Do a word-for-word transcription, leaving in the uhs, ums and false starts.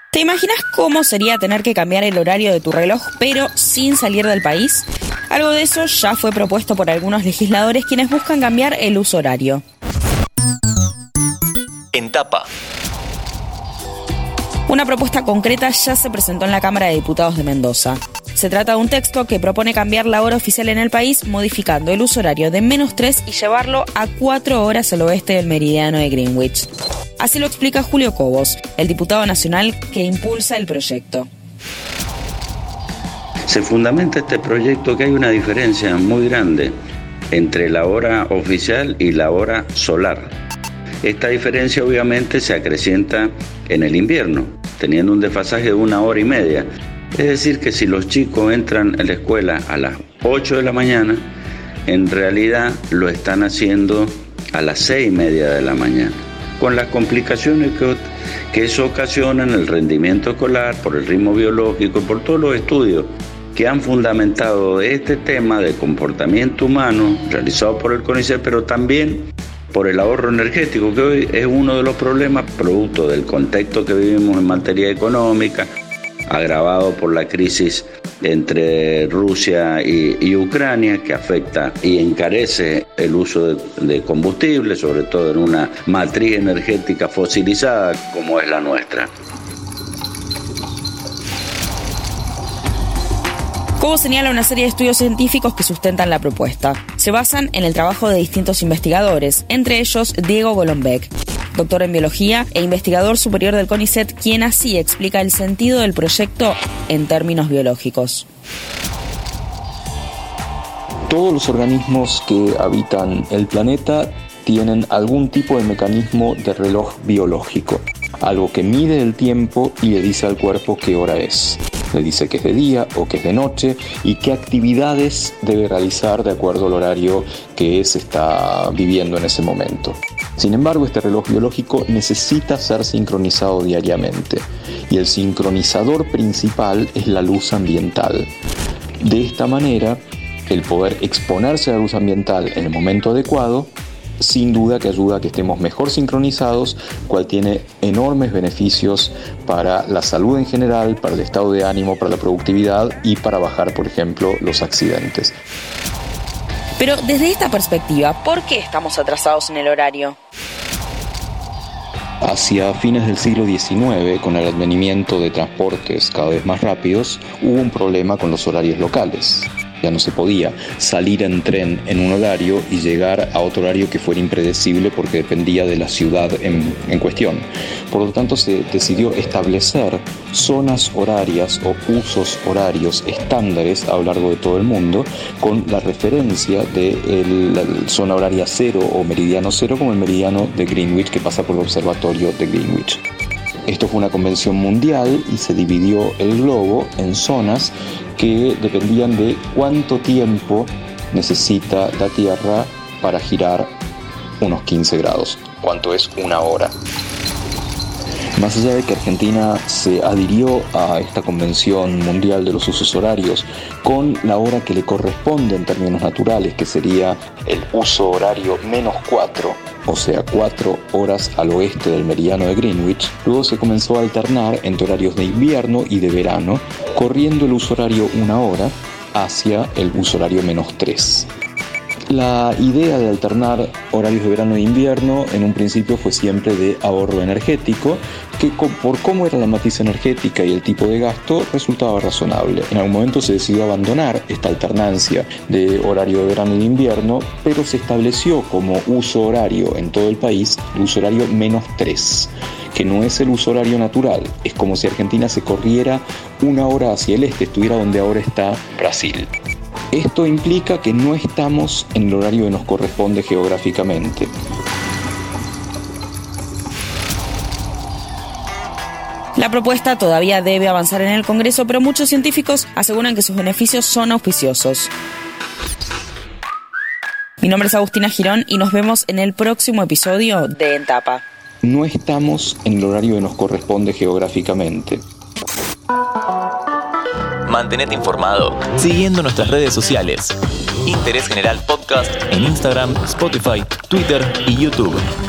¿Te imaginas cómo sería tener que cambiar el horario de tu reloj, pero sin salir del país? Algo de eso ya fue propuesto por algunos legisladores quienes buscan cambiar el uso horario. En tapa. Una propuesta concreta ya se presentó en la Cámara de Diputados de Mendoza. Se trata de un texto que propone cambiar la hora oficial en el país, modificando el uso horario de menos tres y llevarlo a cuatro horas al oeste del meridiano de Greenwich. Así lo explica Julio Cobos, el diputado nacional que impulsa el proyecto. Se fundamenta este proyecto que hay una diferencia muy grande entre la hora oficial y la hora solar. Esta diferencia obviamente se acrecienta en el invierno, teniendo un desfasaje de una hora y media. Es decir, que si los chicos entran a la escuela a las ocho de la mañana, en realidad lo están haciendo a las seis y media de la mañana, con las complicaciones que, que eso ocasiona en el rendimiento escolar, por el ritmo biológico, por todos los estudios que han fundamentado este tema de comportamiento humano, realizado por el CONICET, pero también por el ahorro energético, que hoy es uno de los problemas producto del contexto que vivimos en materia económica, agravado por la crisis entre Rusia y, y Ucrania, que afecta y encarece el uso de, de combustible, sobre todo en una matriz energética fosilizada como es la nuestra. Cobos señala una serie de estudios científicos que sustentan la propuesta. Se basan en el trabajo de distintos investigadores, entre ellos Diego Golombek, doctor en biología e investigador superior del CONICET, quien así explica el sentido del proyecto en términos biológicos. Todos los organismos que habitan el planeta tienen algún tipo de mecanismo de reloj biológico, algo que mide el tiempo y le dice al cuerpo qué hora es. Le dice que es de día o que es de noche y qué actividades debe realizar de acuerdo al horario que se está viviendo en ese momento. Sin embargo, este reloj biológico necesita ser sincronizado diariamente y el sincronizador principal es la luz ambiental. De esta manera, el poder exponerse a la luz ambiental en el momento adecuado sin duda que ayuda a que estemos mejor sincronizados, cual tiene enormes beneficios para la salud en general, para el estado de ánimo, para la productividad y para bajar, por ejemplo, los accidentes. Pero desde esta perspectiva, ¿por qué estamos atrasados en el horario? Hacia fines del siglo diecinueve, con el advenimiento de transportes cada vez más rápidos, hubo un problema con los horarios locales. Ya no se podía salir en tren en un horario y llegar a otro horario que fuera impredecible porque dependía de la ciudad en, en cuestión. Por lo tanto, se decidió establecer zonas horarias o usos horarios estándares a lo largo de todo el mundo, con la referencia de el, la zona horaria cero o meridiano cero como el meridiano de Greenwich, que pasa por el observatorio de Greenwich. Esto fue una convención mundial y se dividió el globo en zonas que dependían de cuánto tiempo necesita la Tierra para girar unos quince grados, cuánto es una hora. Más allá de que Argentina se adhirió a esta Convención Mundial de los Usos Horarios con la hora que le corresponde en términos naturales, que sería el uso horario menos cuatro, o sea, cuatro horas al oeste del meridiano de Greenwich, luego se comenzó a alternar entre horarios de invierno y de verano, corriendo el uso horario una hora hacia el uso horario menos tres. La idea de alternar horarios de verano e invierno en un principio fue siempre de ahorro energético, que por cómo era la matriz energética y el tipo de gasto resultaba razonable. En algún momento se decidió abandonar esta alternancia de horario de verano y de invierno, pero se estableció como uso horario en todo el país el uso horario menos tres, que no es el uso horario natural. Es como si Argentina se corriera una hora hacia el este, estuviera donde ahora está Brasil. Esto implica que no estamos en el horario que nos corresponde geográficamente. La propuesta todavía debe avanzar en el Congreso, pero muchos científicos aseguran que sus beneficios son auspiciosos. Mi nombre es Agustina Girón y nos vemos en el próximo episodio de En Tapa. No estamos en el horario que nos corresponde geográficamente. Mantenete informado siguiendo nuestras redes sociales. Interés General Podcast en Instagram, Spotify, Twitter y YouTube.